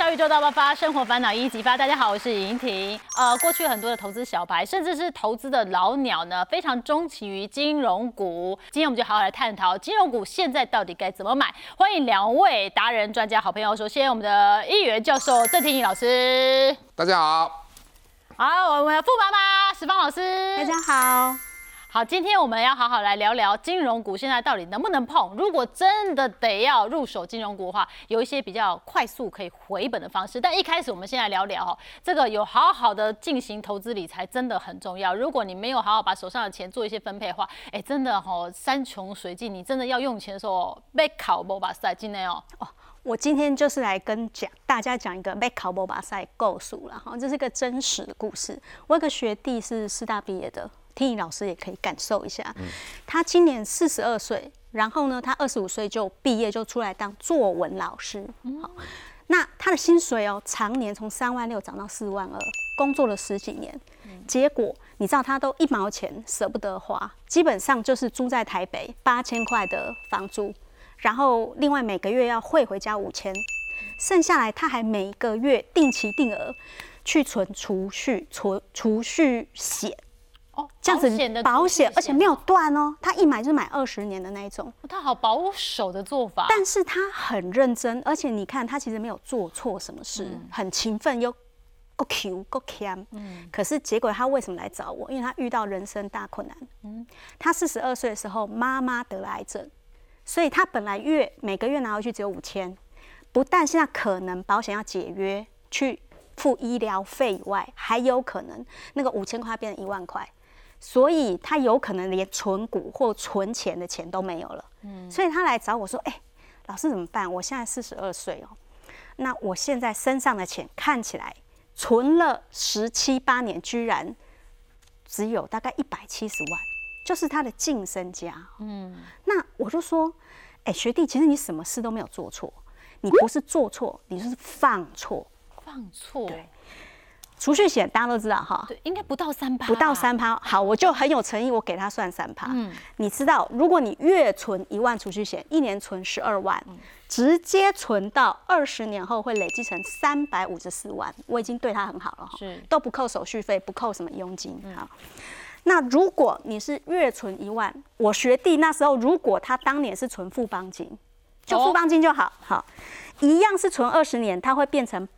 小宇宙大爆发，生活烦恼一一激发。大家好，我是莹婷。过去很多的投资小白，甚至是投资的老鸟呢，非常钟情于金融股。今天我们就好好来探讨金融股现在到底该怎么买。欢迎两位达人专家好朋友，首先我们的议员教授郑庭颖老师， 大家好。 好，我们的富妈妈石方老师， 大家好。 好，今天我们要好好来聊聊金融股现在到底能不能碰。如果真的得要入手金融股的话，有一些比较快速可以回本的方式。但一开始我们先来聊聊这个有好好的进行投资理财真的很重要。如果你没有好好把手上的钱做一些分配的话，真的山穷水尽，你真的要用钱的时候被考不把塞进来哦。 我今天就是来跟大家讲一个被考博巴赛构诉了哈，这是个真实的故事。我有个学弟是师大毕业的，听颖老师也可以感受一下。他今年42岁，然后呢，他25岁就毕业就出来当作文老师。好，那他的薪水常年从3万6涨到4万2，工作了10几年，结果你知道他都1毛钱舍不得花，基本上就是住在台北8000块的房租。然后另外每个月要汇回家5000，剩下来他还每个月定期定额去存储蓄险，这样子保险，而且没有断哦，他一买就买20年的那一种。 他好保守的做法， 但是他很认真，而且你看他其实没有做错什么事，很勤奋又够 Q 够 cam。可是结果他为什么来找我？因为他遇到人生大困难。他42岁的时候，妈妈得了癌症。所以他本来每个月拿回去只有5000，不但现在可能保险要解约去付医疗费以外，还有可能那个5000块变成1万块，所以他有可能连存股或存钱的钱都没有了。所以他来找我说：“老师怎么办？我现在42岁那我现在身上的钱看起来存了17、8年，居然只有大概170万。”就是他的净身家。那我就说，学弟，其实你什么事都没有做错，你不是做错，你就是放错。 放错。 对。储蓄险大家都知道哈， 对，应该不到3%。 不到3%。好，我就很有诚意，我给他算3%。你知道，如果你月存1万储蓄险，一年存12万，直接存到20年后会累积成354万。我已经对他很好了，是都不扣手续费，不扣什么佣金。好。那如果你是月存1万，我学弟那时候如果他当年是存富邦金，就富邦金就好，一样是存20年，他会变成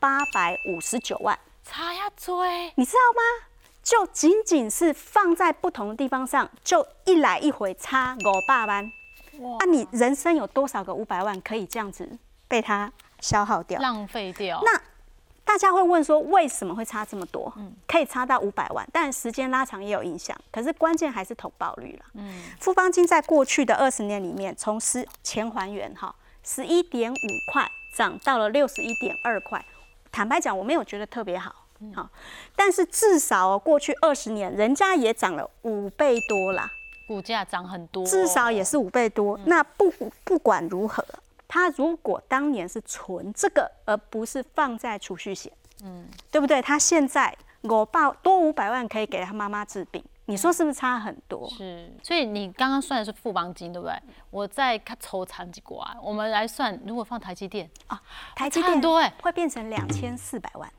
859万， 差呀追， 你知道吗？就仅仅是放在不同的地方上，就一来一回差500万。哇！你人生有多少个500万可以这样子被他消耗掉、 浪费掉？ 那大家会问说，为什么会差这么多？可以差到500万，但时间拉长也有影响。可是关键还是投报率了。富邦金在过去的20年里面，从钱还原11.5块涨到了61.2块。坦白讲，我没有觉得特别好，但是至少过去20年，人家也涨了5倍多啦， 股价涨很多， 至少也是5倍多。那不管如何。他如果当年是存这个，而不是放在储蓄险，对不对？他现在多500万可以给他妈妈治病，你说是不是差很多？ 是，所以你刚刚算的是富邦金，对不对？我再看抽长几股我们来算，如果放台积电台积电很多会变成2400万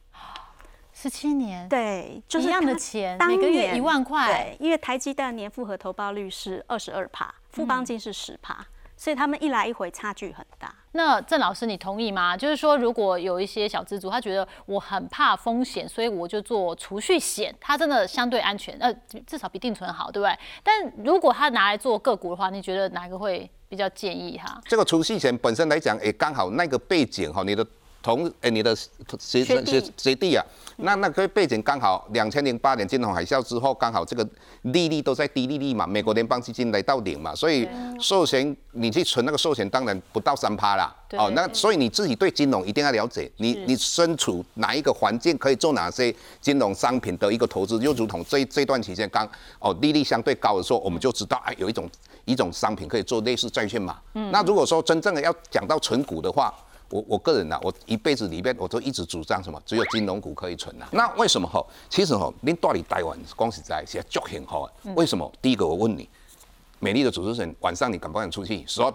，17年， 对，就是一样的钱，每个月1万块， 对，因为台积电年复合投报率是22%，富邦金是10%。所以他们一来一回差距很大。 那郑老师，你同意吗？就是说，如果有一些小资族，他觉得我很怕风险，所以我就做储蓄险，它真的相对安全，至少比定存好，对不对？但如果他拿来做个股的话，你觉得哪个会比较建议他？ 这个储蓄险本身来讲，也刚好那个背景你的你的学弟啊，那个背景刚好2008年金融海啸之后，刚好这个利率都在低利率嘛，美国联邦基金来到0嘛，所以寿险你去存那个寿险，当然不到3%啦。那所以你自己对金融一定要了解，你身处哪一个环境，可以做哪些金融商品的一个投资，就如同这段期间利率相对高的时候，我们就知道有一种商品可以做类似债券嘛。那如果说真正的要讲到存股的话，我个人我一辈子里面我都一直主张什么，只有金融股可以存那为什么其实您到底台湾讲实在是足幸为什么？第一个我问你，美丽的主持人，晚上你敢不敢出去？12点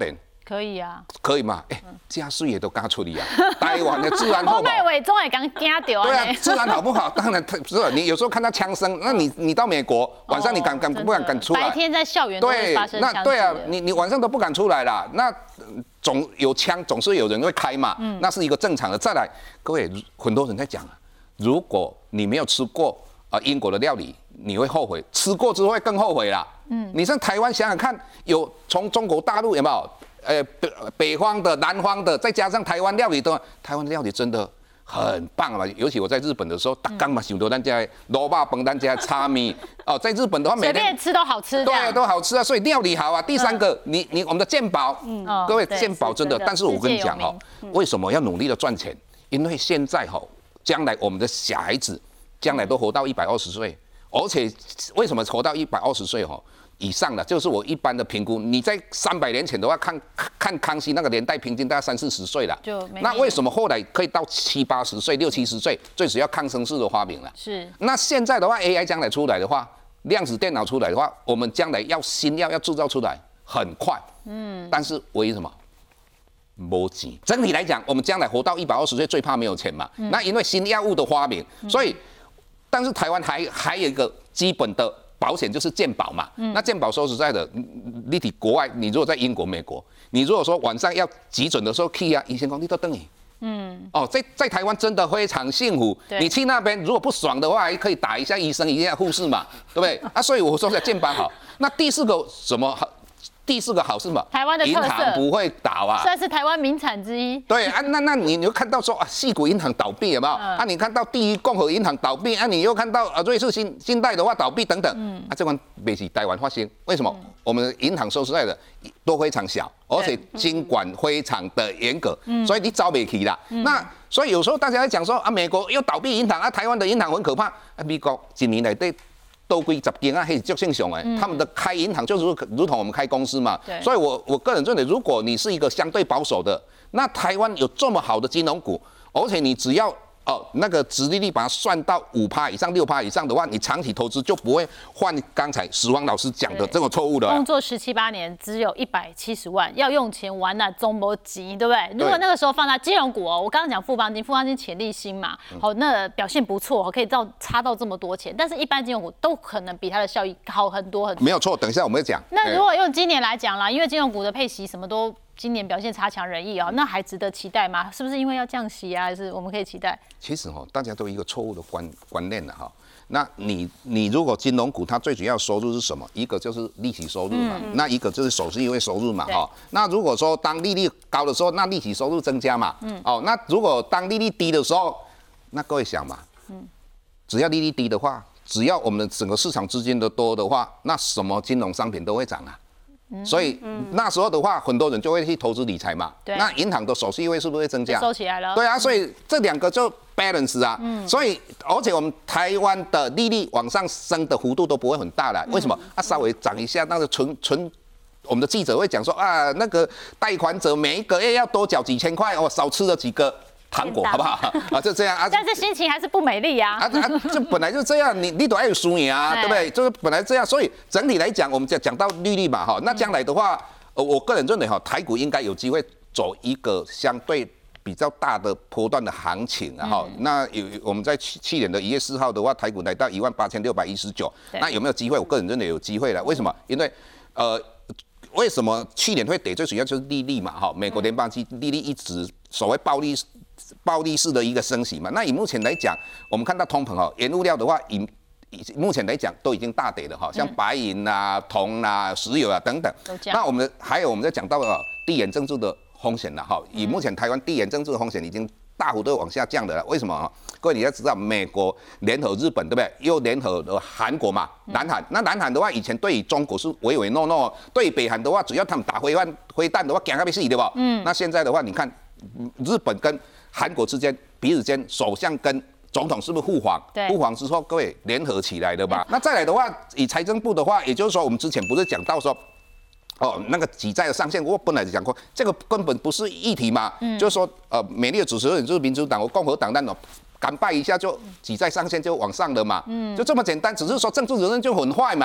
可以啊， 可以嘛？加税也都加出来啊。台湾的治安好不好？ 我伪装也刚惊到啊。 对啊，治安好不好？当然不是。你有时候看到枪声，那你到美国晚上你不敢出来？ 白天在校园都会发生枪击。 对啊，你晚上都不敢出来啦。那总有枪，总是有人会开嘛。那是一个正常的。再来，各位很多人在讲啊，如果你没有吃过英国的料理，你会后悔；吃过之后会更后悔啦。你像台湾想想看，有从中国大陆有没有？北方的、南方的，再加上台湾料理的，台湾料理真的很棒嘛。尤其我在日本的时候，大刚嘛想到咱家萝卜饭、咱家炒面哦，在日本的话， 随便吃都好吃， 对，都好吃啊。所以料理好啊。第三个，我们的健保，各位健保真的，但是我跟你讲哦，为什么要努力的赚钱？因为现在将来我们的小孩子将来都活到120岁，而且为什么活到120岁以上的，就是我一般的评估。你在300年前的话，看康熙那个年代，平均大概30-40岁了。那为什么后来可以到70-80岁、60-70岁？最主要抗生素的发明了。是。那现在的话 ，AI 将来出来的话，量子电脑出来的话，我们将来新药要制造出来很快。但是唯一什么？没钱。整体来讲，我们将来活到120岁，最怕没有钱嘛。那因为新药物的发明，所以，但是台湾还有一个基本的保险就是健保嘛。那健保说实在的，你在国外，你如果在英国、美国，你如果说晚上要急诊的时候去啊，医生讲你都等你。在台湾真的非常幸福。你去那边如果不爽的话，还可以打一下医生、一下护士嘛，对不对？所以我说健保好。那第四个什么好？第四个好是什么？ 台湾的特色， 银行不会倒啊， 算是台湾名产之一。 对啊，那你就看到说矽谷银行倒闭有没有？你看到第一共和银行倒闭，你又看到瑞士信贷的话倒闭等等。这款没是台湾发生，为什么？我们的银行说实在的都非常小，而且监管非常的严格，所以你招不起啦。那所以有时候大家在讲说美国又倒闭银行台湾的银行很可怕。美国几年来对。都归10间还是足正常的，他们的开银行就是如同我们开公司嘛，所以我个人认为，如果你是一个相对保守的，那台湾有这么好的金融股，而且你只要那个殖利率把它算到5%以上、6%以上的话，你长期投资就不会犯刚才史汪老师讲的这种错误的。 工作17、18年只有170万，要用钱玩那中没急，对不对？如果那个时候放在金融股我刚刚讲富邦金潜力新嘛，那表现不错，可以差到这么多钱，但是一般金融股都可能比它的效益好很多很多。 没有错，等一下我们会讲。 那如果用今年来讲啦，因为金融股的配息什么都。今年表现差强人意那还值得期待吗？是不是因为要降息啊？还是我们可以期待？ 其实大家都有一个错误的观念了那你如果金融股它最主要收入是什么？一个就是利息收入嘛，那一个就是手续费收入嘛那如果说当利率高的时候，那利息收入增加嘛那如果当利率低的时候，那各位想嘛只要利率低的话，只要我们整个市场资金的多的话，那什么金融商品都会涨啊。所以那时候的话，很多人就会去投资理财嘛。那银行的手续费是不是会增加？ 收起来了。 对啊，所以这两个就 balance 啊。所以而且我们台湾的利率往上升的幅度都不会很大了。为什么？稍微涨一下，那个我们的记者会讲说那个贷款者每一个月要多缴几千块，少吃了几个糖果，好不好？就这样但是心情还是不美丽呀。 这本来就这样，你都要有输赢啊，对不对？就是本来这样，所以整体来讲，我们讲到利率嘛，那将来的话，我个人认为台股应该有机会走一个相对比较大的波段的行情那我们在去年的1月4号的话，台股来到18619，那有没有机会？我个人认为有机会了。为什么？因为为什么去年会跌？最主要就是利率嘛，美国联邦基利率一直所谓暴力式的一个升息嘛。那以目前来讲，我们看到通膨原物料的话，目前来讲都已经大跌了像白银铜石油等等。那我们在讲到地缘政治的风险了以目前台湾地缘政治的风险已经大幅度往下降的了。为什么各位你要知道，美国联合日本对不对？又联合了韩国嘛，南韩。那南韩的话，以前对于中国是唯唯诺诺，对于北韩的话，只要他们打飞弹的话，惊到要死对吧？那现在的话，你看日本跟韩国之间彼此间首相跟总统是不是互访？互访之后，各位联合起来的吧？那再来的话，以财政部的话，也就是说，我们之前不是讲到说。那个举债的上限，我本来就讲过，这个根本不是议题嘛。就是说，美丽的主持人就是民主党或共和党那种，干拜一下就举债上限就往上了嘛。就这么简单，只是说政治责任就很坏嘛。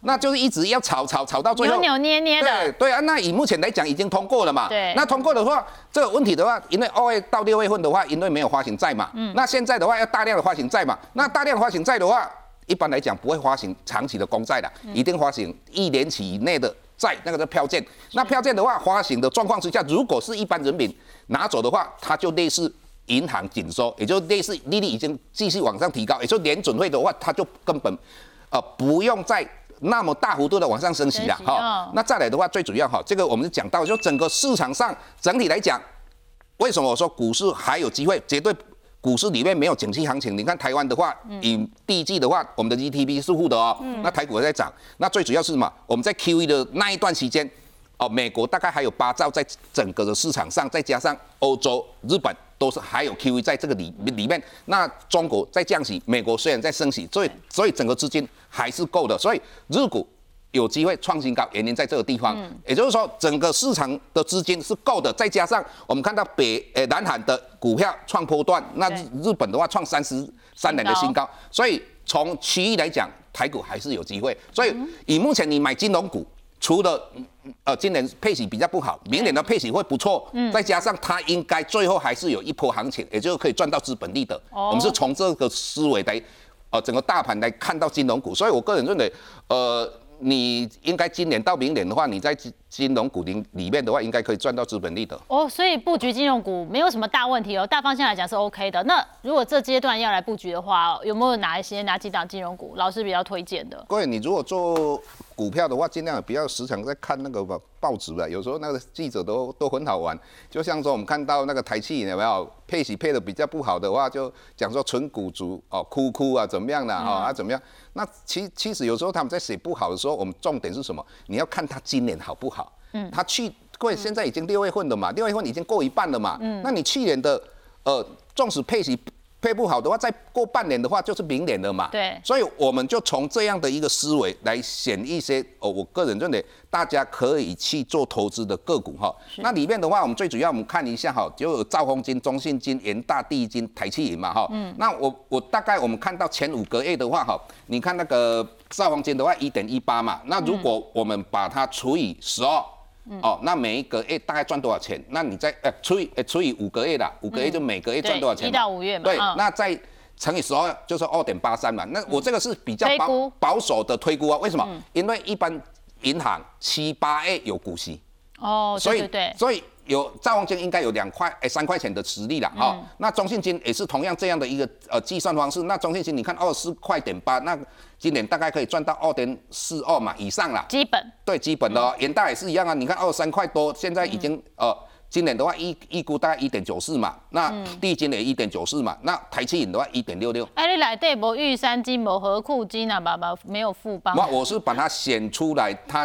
那就是一直要吵到最后扭扭捏捏的。 对啊，那以目前来讲已经通过了嘛。 对。 那通过的话，这个问题的话，因为2月到6月份的话，因为没有发行债嘛。那现在的话要大量的发行债嘛。那大量的发行债的话，一般来讲不会发行长期的公债的，一定发行1年期以内的债，那个叫票券。那票券的话，发行的状况之下，如果是一般人民拿走的话，它就类似银行紧缩，也就类似利率已经继续往上提高，也就联准会的话，它就根本不用再那么大幅度的往上升息了哈。那再来的话，最主要哈，这个我们讲到，就整个市场上整体来讲，为什么我说股市还有机会？绝对股市里面没有景气行情。你看台湾的话，以第一季的话，我们的 GDP 是负的哦，那台股也在涨。那最主要是什么？我们在 QE 的那一段期间，美国大概还有8兆在整个的市场上，再加上欧洲、日本都是还有 QE 在这个里面。那中国在降息，美国虽然在升息，所以整个资金还是够的。所以日股有机会创新高，原因在这个地方。也就是说，整个市场的资金是够的，再加上我们看到南韩的股票创波段，那日本的话创33年的新高，所以从区域来讲，台股还是有机会。所以以目前你买金融股，除了今年配息比较不好，明年的配息会不错，再加上它应该最后还是有一波行情，也就是可以赚到资本利得。我们是从这个思维来，整个大盘来看到金融股，所以我个人认为，你应该今年到明年的话，你在金融股里面的话，应该可以赚到资本利得。 所以布局金融股没有什么大问题哦，大方向来讲是 OK 的。那如果这阶段要来布局的话，有没有哪几档金融股老师比较推荐的？ 各位，你如果做股票的话，尽量不要时常在看那个报纸了，有时候那个记者都很好玩。就像说我们看到那个台企有没有配息配的比较不好的话，就讲说纯股族哭啊怎么样的怎么样？那其实有时候他们在写不好的时候，我们重点是什么？你要看他今年好不好。他各位现在已经6月份了嘛，6月份已经过一半了嘛。那你去年的纵使配息配不好的话，再过半年的话就是明年了嘛。 对， 所以我们就从这样的一个思维来选一些我个人认为大家可以去做投资的个股哈。那里面的话，我们最主要我们看一下哈，就有兆丰金、中信金、元大、第一金、台企银嘛哈。那我大概我们看到前5个月的话哈，你看那个兆丰金的话1.18嘛，那如果我们把它除以12。那每一个月大概赚多少钱？那你再除以5个月啦，5个月就每个月赚多少钱 ？1到5月嘛。 对，那再乘以12就是2.83嘛。那我这个是比较保守的推估啊。为什么？因为一般银行7、8月有股息。所以有兆丰金应该有3块钱的实力啦。那中信金也是同样这样的一个计算方式。那中信金你看24.8块，那今年大概可以赚到2.42嘛以上啦。 基本对基本的哦，元大也是一样啊。你看23块多，现在已经今年的话预估大概1.94嘛，那第一金也1.94嘛，那台企银的话1.66。 你内底无玉山金、无和库金啊，没有富邦。 我是把它选出来，它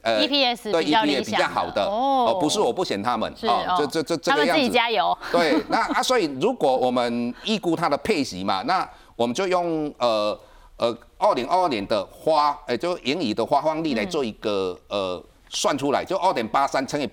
EPS 对 EPS 比较好的不是我不选他们， 这个样子。 他们自己加油。 对，那所以如果我们预估它的配息嘛，那我们就用2022年的就盈余的发放率来做一个算出来，就2.83乘以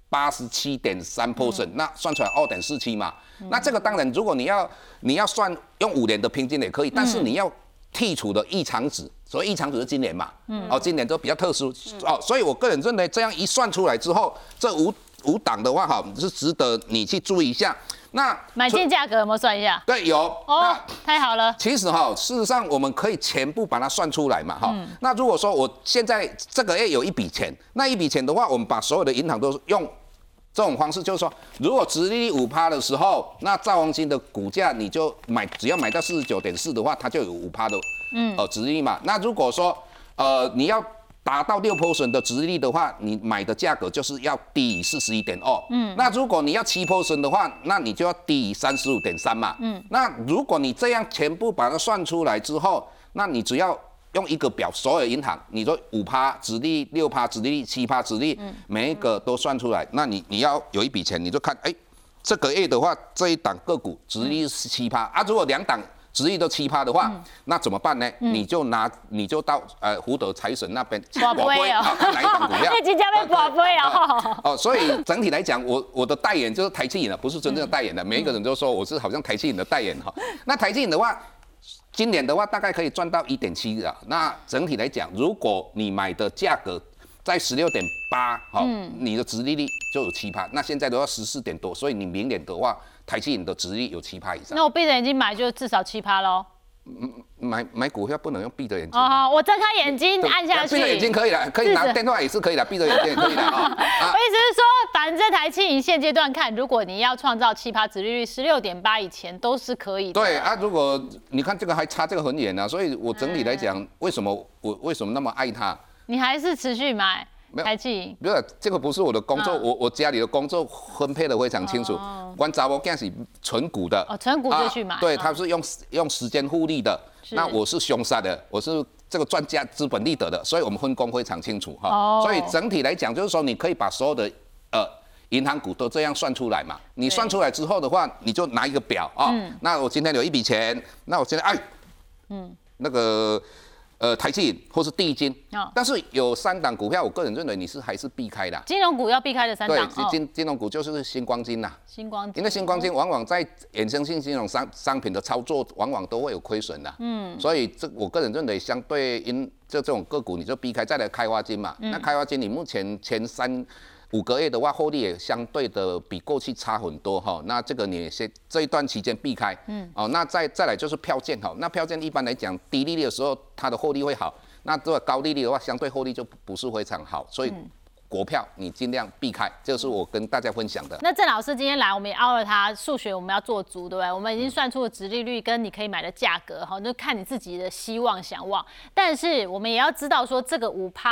87.3%，那算出来2.47嘛。那这个当然，如果你要算用5年的平均也可以，但是你要剔除的异常值，所以异常值是今年嘛，今年都比较特殊所以我个人认为这样一算出来之后，这五档的话是值得你去注意一下。那买进价格有没有算一下？ 对，有太好了。 其实事实上我们可以全部把它算出来嘛那如果说我现在这个月有一笔钱，那一笔钱的话，我们把所有的银行都用这种方式，就是说，如果殖利率5%的时候，那兆丰金的股价你就只要买到49.4的话，它就有5%的殖利率嘛。那如果说你要达到6% 的殖利率的话，你买的价格就是要低于41.2。那如果你要7% 的话，那你就要低于35.3嘛。那如果你这样全部把它算出来之后，那你只要用一个表，所有银行，你说5%殖利率、6%殖利率、7%殖利率，每一个都算出来，那你要有一笔钱，你就看，这个月的话，这一档个股殖利率是7%啊，如果2档殖利率都7%的话，那怎么办呢？你就到福德财神那边博杯看哪一档股票， 你直接被博杯哦。 所以整体来讲，我的代言就是台企银了，不是真正的代言的。每一个人都说我是好像台企银的代言哈。那台企银的话， 今年的话大概可以赚到1.7了。那整体来讲，如果你买的价格在16.8，好，你的殖利率就有7%。那现在都要14点多，所以你明年的话，台积电的殖利率有7%以上。 那我闭着眼睛买就至少7%咯。 买股票不能用闭着眼睛。 哦，我睁开眼睛按下去。 闭着眼睛可以了，可以拿电话也是可以的，闭着眼睛也可以的啊。 我意思是说，反正在台积电现阶段看，如果你要创造7%殖利率，16.8以前都是可以的。 对啊，如果你看这个还差这个很远啊，所以我整体来讲，为什么那么爱它？ 你还是持续买台积？ 不是，这个不是我的工作，我家里的工作分配的非常清楚。关查某囝是存股的， 存股就去买。 对，他是用时间复利的。那我是凶杀的，我是这个赚价资本利得的，所以我们分工非常清楚哈。所以整体来讲，就是说你可以把所有的银行股都这样算出来嘛。你算出来之后的话，你就拿一个表啊。那我今天有一笔钱，那我现在那个台积电或是地金，但是有3档股票，我个人认为你还是避开的。 金融股要避开的3档。 对，金融股就是新光金呐。 新光金， 因为新光金往往在衍生性金融商品的操作，往往都会有亏损的。所以我个人认为，相对这种个股你就避开。再来开发金嘛，那开发金你目前前3-5个月的话，获利也相对的比过去差很多哈。那这个你这一段期间避开。那再来就是票券哈。那票券一般来讲，低利率的时候它的获利会好，那这个高利率的话，相对获利就不是非常好。所以国票你尽量避开，这是我跟大家分享的。 那郑老师今天来，我们也凹了他数学，我们要做足，对不对？我们已经算出了殖利率跟你可以买的价格，哈，就看你自己的希望想望。但是我们也要知道说，这个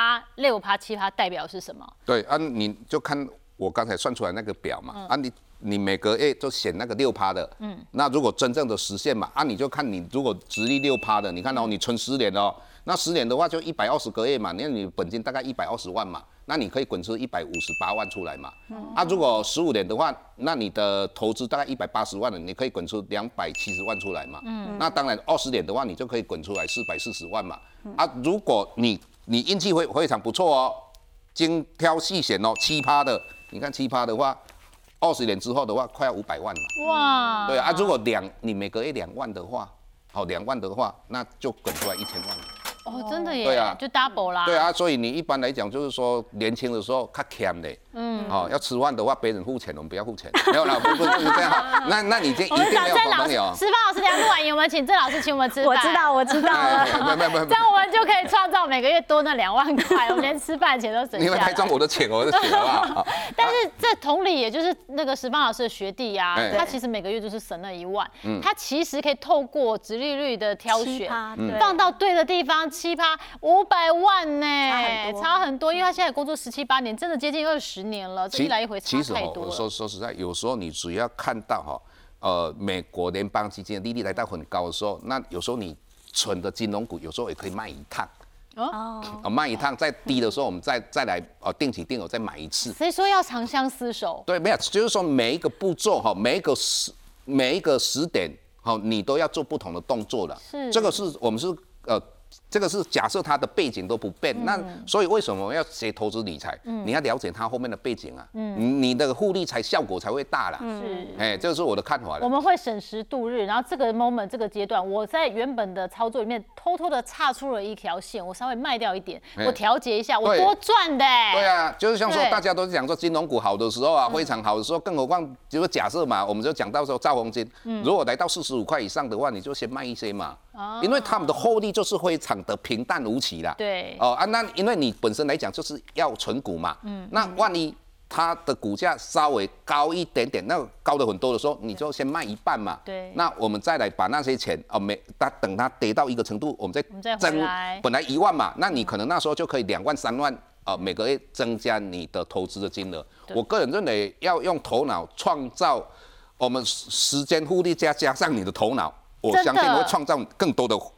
5%、6%、7%代表是什么？ 对啊，你就看我刚才算出来那个表嘛，你每个月就选那个6%的，那如果真正的实现嘛，你就看你如果殖利6%的，你看你存10年哦，那10年的话就120个月嘛，那你本金大概120万嘛。那你可以滚出158万出来嘛？如果15年的话，那你的投资大概180万了，你可以滚出270万出来嘛？那当然20年的话，你就可以滚出来440万嘛？如果你运气非常不错哦，精挑细选哦，7%的，你看7%的话，20年之后的话，快要500万嘛。 哇！ 对啊，如果你每个月2万的话，2万的话，那就滚出来1000万了。 哦，真的耶， 对啊， 就 double 啦。 对啊，所以你一般来讲就是说，年轻的时候较欠的，要吃饭的话，别人付钱，我们不要付钱，没有啦，不是这样。那你一定没有好朋友。 石方老师，等下录完影，我们请郑老师请我们吃饭。 我知道了。 这样我们就可以创造每个月多那2万块，我们连吃饭钱都省下来。 你们太赚我的钱，我的钱好不好？ 但是这同理，也就是那个石方老师的学弟呀，他其实每个月就是省了1万，他其实可以透过殖利率的挑选，放到对的地方，7%500万呢，差很多，因为他现在工作17、18年，真的接近20年了，这一来一回差太多了。 其实说实在，有时候你只要看到美国联邦基金的利率来到很高的时候，那有时候你存的金融股有时候也可以卖一趟。卖一趟，再低的时候我们再来定期定额再买一次。 所以说要长相厮守。 对，没有，就是说每一个步骤每一个时点你都要做不同的动作了。是，这个是我们是这个是假设它的背景都不变，那所以为什么要学投资理财？你要了解它后面的背景啊，你的复利效果才会大啦。是，这是我的看法。 我们会审时度日，然后这个 moment 这个阶段，我在原本的操作里面偷偷的岔出了一条线，我稍微卖掉一点，我调节一下，我多赚的。 对啊，就是像说大家都讲说金融股好的时候啊，非常好的时候，更何况就是假设嘛，我们就讲到说兆丰金，如果来到45块以上的话，你就先卖一些嘛。因为他们的获利就是非常的平淡无奇啦。 对。 那因为你本身来讲就是要存股嘛。那万一它的股价稍微高一点点，那高的很多的时候，你就先卖一半嘛。 对。 那我们再来把那些钱等它跌到一个程度，我们再增。本来1万嘛，那你可能那时候就可以2万3万每个月增加你的投资的金额。我个人认为要用头脑创造我们时间复利加上你的头脑。我相信会创造更多的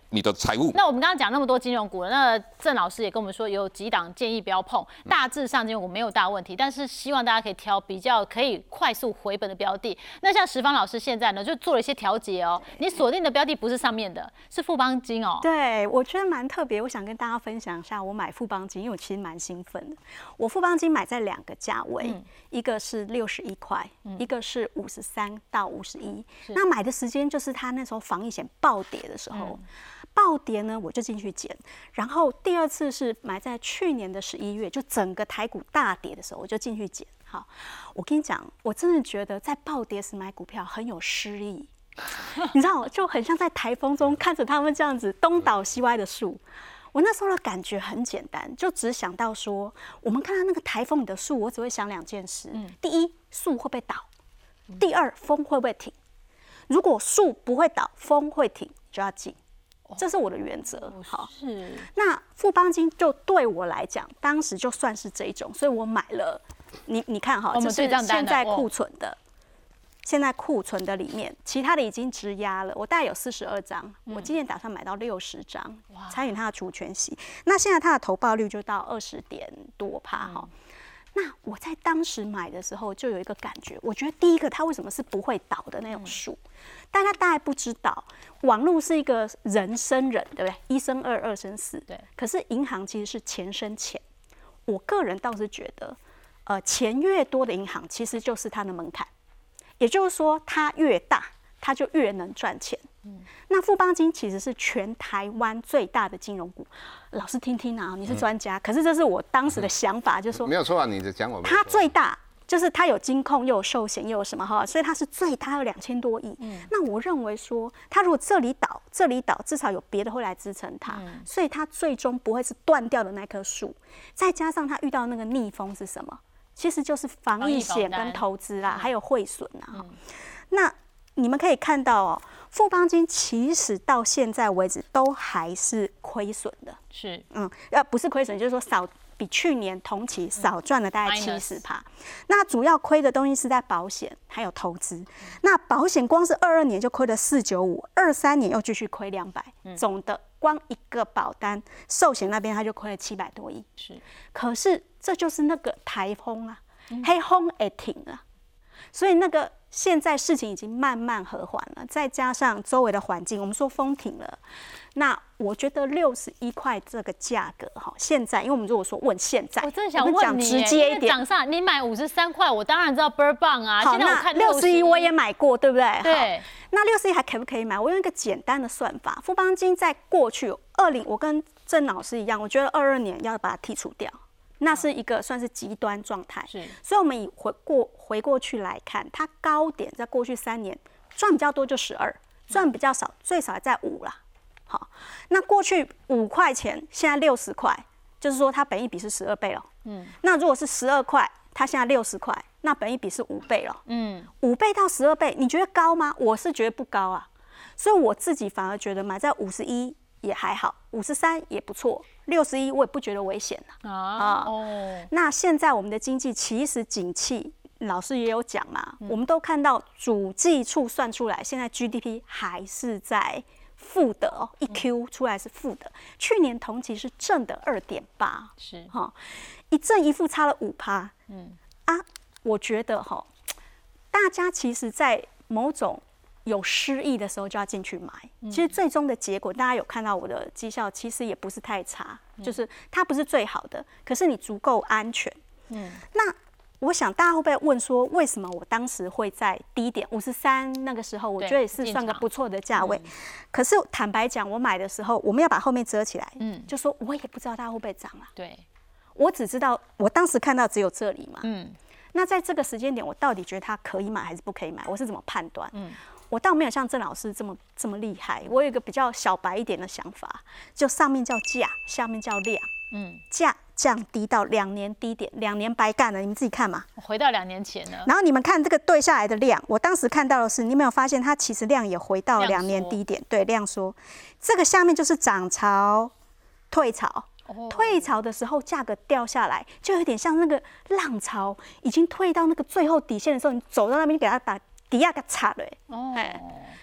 你的财务。 那我们刚刚讲那么多金融股了，那郑老师也跟我们说有几档建议不要碰，大致上金融股没有大问题，但是希望大家可以挑比较可以快速回本的标的。那像石方老师现在呢，就做了一些调节哦，你锁定的标的不是上面的，是富邦金哦。 对，我觉得蛮特别，我想跟大家分享一下我买富邦金，因为我其实蛮兴奋的。我富邦金买在2个价位，一个是61块，一个是53到51。那买的时间就是它那时候防疫险暴跌的时候。暴跌呢，我就进去捡，然后第二次是买在去年的11月，就整个台股大跌的时候，我就进去捡。好，我跟你讲，我真的觉得在暴跌时买股票很有诗意，你知道，就很像在台风中看着他们这样子东倒西歪的树。我那时候的感觉很简单，就只想到说，我们看到那个台风里的树，我只会想2件事：第一，树会不会倒；第二，风会不会停。如果树不会倒，风会停，就要进。这是我的原则。好， 是。 那富邦金就对我来讲，当时就算是这一种，所以我买了。你看哈，这是现在库存的，现在库存的里面，其他的已经质押了，我大概有42张，我今年打算买到60张，参与它的除权息。那现在它的投报率就到20点多趴哈。那我在当时买的时候就有一个感觉，我觉得第一个它为什么是不会倒的那种树，大家大概不知道，网络是一个人生人，对不对？1生2，2生4，对。可是银行其实是钱生钱，我个人倒是觉得，钱越多的银行其实就是它的门槛，也就是说它越大，它就越能赚钱。那富邦金其实是全台湾最大的金融股，老师听听啊，你是专家，可是这是我当时的想法，就是说没有错啊，你的讲我它最大，就是它有金控又有寿险又有什么哈，所以它是最大，有2000多亿。那我认为说，它如果这里倒，至少有别的会来支撑它，所以它最终不会是断掉的那棵树。再加上它遇到那个逆风是什么？其实就是防疫险跟投资啦，还有汇损啊。那你们可以看到哦，富邦金其实到现在为止都还是亏损的。 是， 不是亏损，就是说比去年同期少赚了大概70%。那主要亏的东西是在保险还有投资。那保险光是22年就亏了495，23年又继续亏200，总的光一个保单寿险那边它就亏了700多亿。 是， 可是这就是那个台风啊，黑风也停了，所以那个。现在事情已经慢慢和缓了，再加上周围的环境，我们说风停了，那我觉得61块这个价格哈，现在因为我们如果说问现在， 我真的想问你， 直接一点， 涨上你买53块，我当然知道倍儿棒啊。 好，那61我也买过，对不对？ 对。 那61还可不可以买？我用一个简单的算法，富邦金在过去我跟郑老师一样，我觉得22年要把它剔除掉。那是一个算是极端状态，所以我们以回过去来看，它高点在过去3年赚比较多就12，赚比较少最少在5啦。好，那过去5块钱，现在60块，就是说它本益比是12倍了。那如果是12块，它现在60块，那本益比是5倍了。5倍到12倍，你觉得高吗？我是觉得不高啊，所以我自己反而觉得买在51也还好，53也不错。61我也不觉得危险那现在我们的经济其实景气，老师也有讲嘛，我们都看到主计处算出来，现在 GDP 还是在负的哦，1Q 出来是负的，去年同期是正的2.8， 是一正一负差了5%。我觉得大家其实，在某种有失意的时候就要进去买。其实最终的结果，大家有看到我的绩效，其实也不是太差，就是它不是最好的，可是你足够安全。那我想大家会不会问说，为什么我当时会在低点53那个时候，我觉得也是算个不错的价位。可是坦白讲，我买的时候，我们要把后面遮起来，就说我也不知道它会不会涨啊。 对， 我只知道我当时看到只有这里嘛。那在这个时间点，我到底觉得它可以买还是不可以买？我是怎么判断？我倒没有像郑老师这么厉害，我有一个比较小白一点的想法，就上面叫价，下面叫量。价降低到2年低点，2年白干了，你们自己看嘛。 回到2年前了。 然后你们看这个对下来的量，我当时看到的是，你有没有发现它其实量也回到2年低点？对，量缩。这个下面就是涨潮、退潮。退潮的时候价格掉下来，就有点像那个浪潮已经退到那个最后底线的时候，你走到那边给它把底下给插了。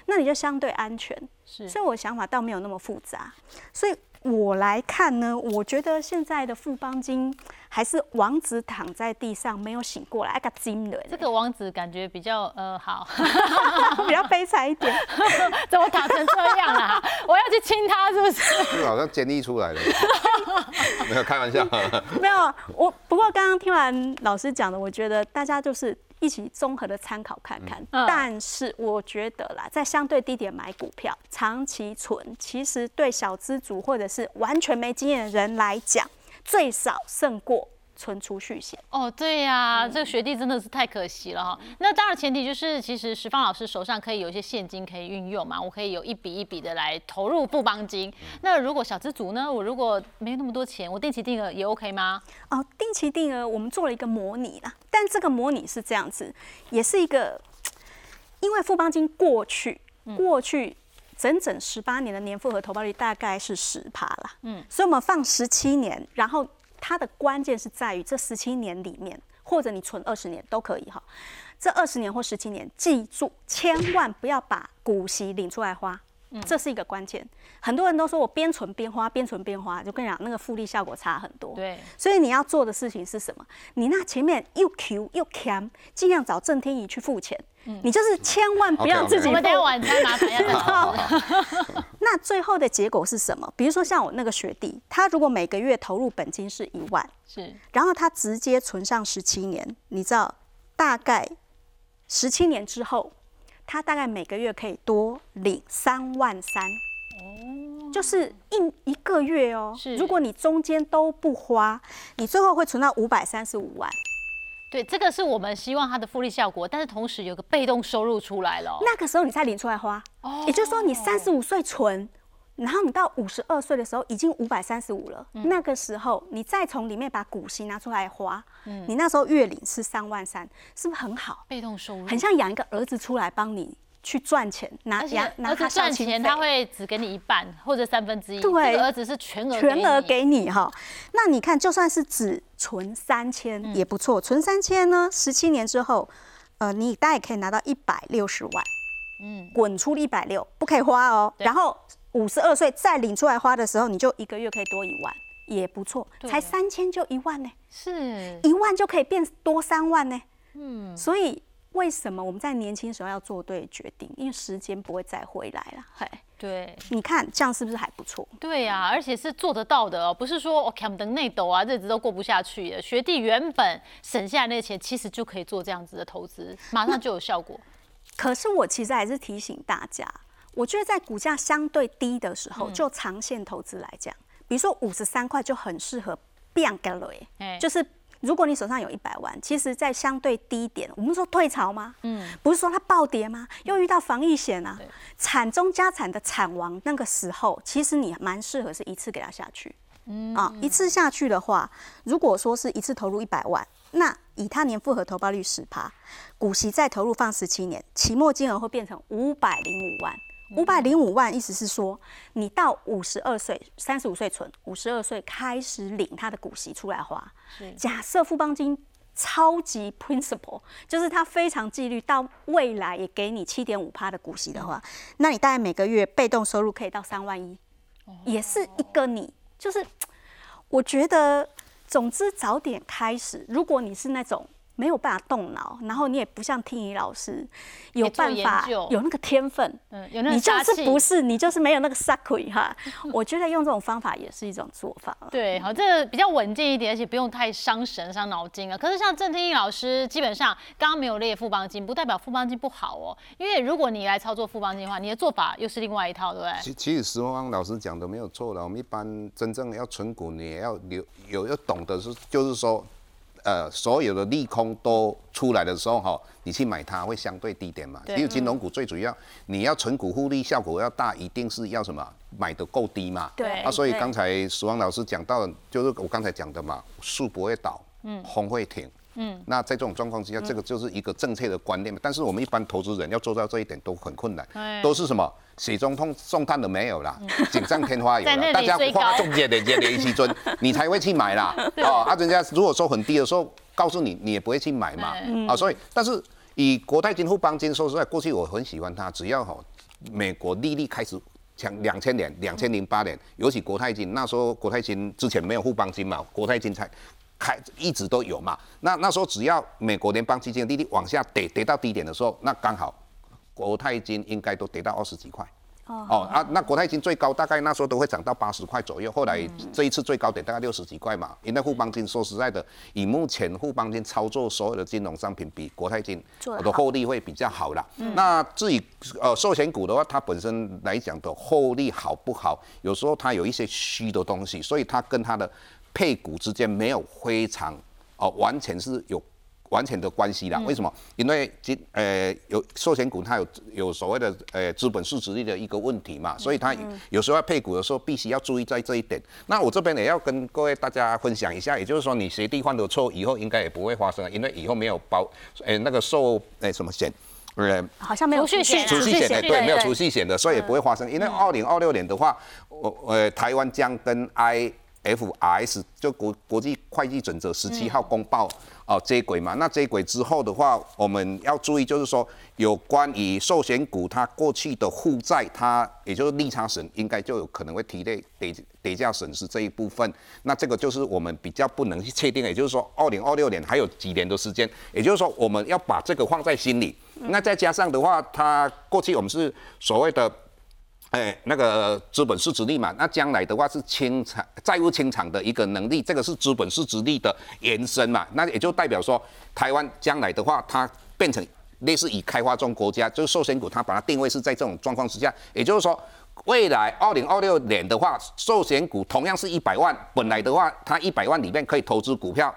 那你就相对安全。 是， 所以我的想法倒没有那么复杂。所以我来看呢，我觉得现在的富邦金还是王子躺在地上没有醒过来，个金的。 这个王子感觉比较好， 比较悲惨一点。 怎么躺成这样啦？我要去亲他是不是？ 这好像监狱出来了。没有开玩笑。 没有，不过刚刚听完老师讲的，我觉得大家就是一起综合的参考看看。但是我觉得啦，在相对低点买股票，长期存，其实对小资族或者是完全没经验的人来讲，最少胜过存储蓄险。 哦，对呀，这个学弟真的是太可惜了哈。那当然前提就是，其实石方老师手上可以有一些现金可以运用嘛，我可以有一笔一笔的来投入富邦金。那如果小资族呢，我如果没有那么多钱，我定期定额也 OK 吗？ 哦，定期定额我们做了一个模拟啦，但这个模拟是这样子，也是一个，因为富邦金过去整整18年的年复合投报率大概是10%啦，所以我们放17年，然后它的关键是在于这17年里面，或者你存20年都可以哈。这20年或17年，记住千万不要把股息领出来花，这是一个关键。很多人都说我边存边花，边存边花，就跟你讲那个复利效果差很多。 对， 所以你要做的事情是什么？你那前面又 Q 又 cam， 尽量找郑天怡去付钱。你就是千万不要自己付。 我们等一下晚餐麻烦要再那最后的结果是什么？比如说像我那个学弟，他如果每个月投入本金是1万， 是， 然后他直接存上17年，你知道大概17年之后，他大概每个月可以多领3万3。就是一个月哦。如果你中间都不花，你最后会存到535万。 对，这个是我们希望它的复利效果，但是同时有个被动收入出来了。 那个时候你才领出来花，也就是说你35岁存，然后你到52岁的时候已经535了。那个时候你再从里面把股息拿出来花，你那时候月领是3万3，是不是很好？ 被动收入很像养一个儿子出来帮你去赚钱，拿他赚钱，他会只给你1半或者1/3。 对， 这个儿子是全额给你哈。那你看，就算是只存3000也不错，存3000呢，17年之后，你大概可以拿到160万，滚出160，不可以花哦。然后52岁再领出来花的时候，你就1个月可以多1万，也不错，才3000就1万呢， 是 1万就可以变多3万呢。所以。为什么我们在年轻时候要做对决定？因为时间不会再回来了。嘿， 对， 你看这样是不是还不错？ 对呀，而且是做得到的哦，不是说我看等内斗啊，日子都过不下去了。学弟原本省下来那个钱，其实就可以做这样子的投资，马上就有效果。 可是我其实还是提醒大家，我觉得在股价相对低的时候，就长线投资来讲，比如说53块就很适合变个了，就是。如果你手上有100万，其实，在相对低点，我们说退潮吗？不是说它暴跌吗？又遇到防疫险啊，惨中加惨的惨亡，那个时候，其实你蛮适合是一次给它下去。一次下去的话，如果说是一次投入100万，那以它年复合投报率10%，股息再投入放17年，期末金额会变成505万。505万，意思是说，你到52岁，35岁存，52岁开始领他的股息出来花。假设富邦金超级 principle， 就是它非常纪律，到未来也给你7.5%的股息的话，那你大概每个月被动收入可以到3万1，也是一个你就是我觉得，总之早点开始，如果你是那种。没有办法动脑，然后你也不像听怡老师有办法有那个天分， 有那个你就是不是你就是没有那个杀亏哈。我觉得用这种方法也是一种做法。 对，好，这个比较稳健一点，而且不用太伤神伤脑筋啊。可是像郑天益老师，基本上刚刚没有列富邦金，不代表富邦金不好哦。因为如果你来操作富邦金的话，你的做法又是另外一套，对不对？ 其实石方老师讲的没有错了。我们一般真正要存股，你也要要懂得就是说。所有的利空都出来的时候，哈，你去买它会相对低点嘛。因为金融股最主要，你要存股复利效果要大，一定是要什么买得够低嘛。 对。 所以刚才石王老师讲到，就是我刚才讲的嘛，树不会倒，风会停。那在这种状况之下，这个就是一个正确的观念。但是我们一般投资人要做到这一点都很困难，都是什么水中送炭的没有啦，锦上添花有啦，大家花中间的一时阵，你才会去买啦。人家如果说很低的时候，告诉你，你也不会去买嘛。所以但是以国泰金、富邦金，说实在，过去我很喜欢它，只要美国利率开始像2000年、2008年，尤其国泰金那时候，国泰金之前没有富邦金嘛，国泰金才一直都有嘛。那时候只要美国联邦基金的利率往下跌到低点的时候，那刚好国泰金应该都跌到20几块。那国泰金最高大概那时候都会涨到80块左右，后来这一次最高点大概60几块嘛。因为富邦金说实在的，以目前富邦金操作所有的金融商品，比国泰金的获利会比较好啦。那至于寿险股的话，它本身来讲的获利好不好，有时候它有一些虚的东西，所以它跟它的配股之间没有非常完全是有完全的关系啦。为什么？因为有寿险股它有所谓的资本市值率的一个问题嘛，所以它有时候要配股的时候必须要注意在这一点。那我这边也要跟各位大家分享一下，也就是说你学弟犯的错以后应该也不会发生，因为以后没有那个受什么险。 好像没有储蓄险对，没有储蓄险的，所以也不会发生。因为2026年的话，台湾将跟IFRS 就国际会计准则17号公报接轨嘛。那接轨之后的话，我们要注意就是说，有关于寿险股它过去的负债，它也就是利差损，应该就有可能会提列跌价损失这一部分。那这个就是我们比较不能去确定，也就是说2026年还有几年的时间，也就是说我们要把这个放在心里。那再加上的话，它过去我们是所谓的那个资本市值率嘛，那将来的话是债务清偿的一个能力，这个是资本市值率的延伸嘛，那也就代表说台湾将来的话，它变成类似以开发中国家，就是寿险股它把它定位是在这种状况之下，也就是说未来2026年的话，寿险股同样是100万，本来的话它100万里面可以投资股票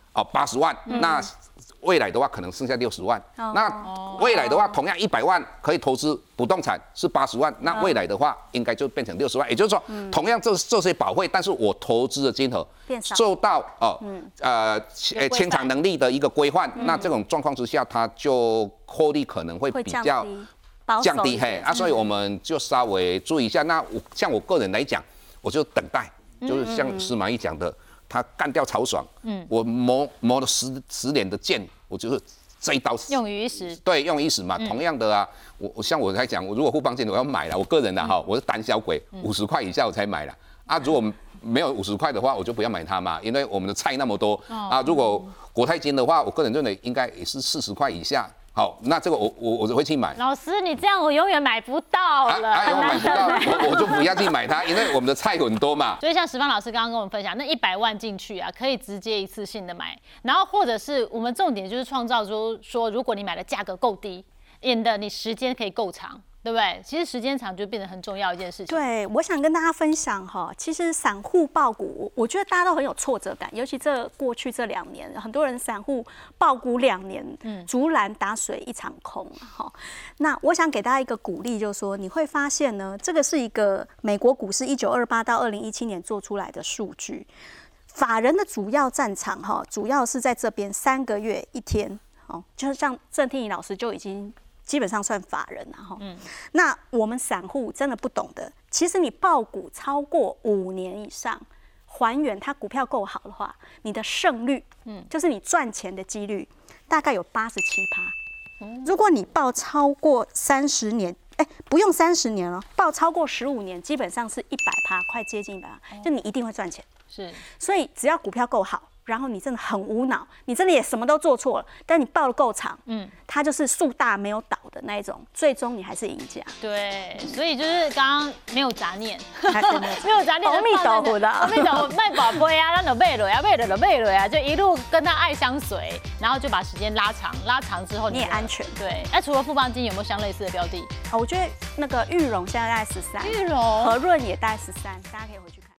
80万，那未来的话可能剩下60万，那未来的话同样100万可以投资不动产是80万，那未来的话应该就变成60万，也就是说同样这些保费，但是我投资的金额受到清偿能力的一个规范，那这种状况之下，它就获利可能会比较降低所以我们就稍微注意一下。那像我个人来讲，我就等待，就是像司马懿讲的。他干掉曹爽，我磨了10年的剑，我就是这一刀用于一时。 对，用于一时嘛。同样的啊，我像我来讲，我如果富邦金我要买了，我个人的我是胆小鬼，50块以下我才买了啊。如果没有50块的话，我就不要买它嘛，因为我们的菜那么多啊。如果国泰金的话，我个人认为应该也是40块以下。好，那这个我会去买。 老师，你这样我永远买不到了， 买不到，我就不要去买它，因为我们的菜很多嘛。 所以像石方老师刚刚跟我们分享，那100万进去啊，可以直接一次性的买，然后或者是我们重点就是创造出说，如果你买的价格够低，你时间可以够长。对不对？其实时间长就变得很重要一件事情。 对，我想跟大家分享其实散户抱股，我觉得大家都很有挫折感，尤其过去这2年，很多人散户抱股2年，竹篮打水一场空那我想给大家一个鼓励，就是说你会发现呢，这个是一个美国股市1928到2017年做出来的数据，法人的主要战场主要是在这边3个月1天就是像郑天怡老师就已经。基本上算法人那我们散户真的不懂的，其实你抱股超过5年以上，还原它股票够好的话，你的胜率，就是你赚钱的几率，大概有87%。如果你抱超过30年，不用30年了，抱超过15年，基本上是100%，快接近100%，就你一定会赚钱。 是， 所以只要股票够好。然后你真的很无脑，你真的也什么都做错了，但你抱得够长，它就是树大没有倒的那一种，最终你还是赢家。 对，所以就是刚刚没有杂念， 没有杂念，阿弥陀佛的， 阿弥陀佛卖宝贝啊，那就背了呀，背了就背了呀，就一路跟他爱相随，然后就把时间拉长，拉长之后你也安全。 对，那除了富邦金有没有相类似的标的？ 我觉得那个裕荣现在大概13， 裕荣、 和润也大概13，大家可以回去看。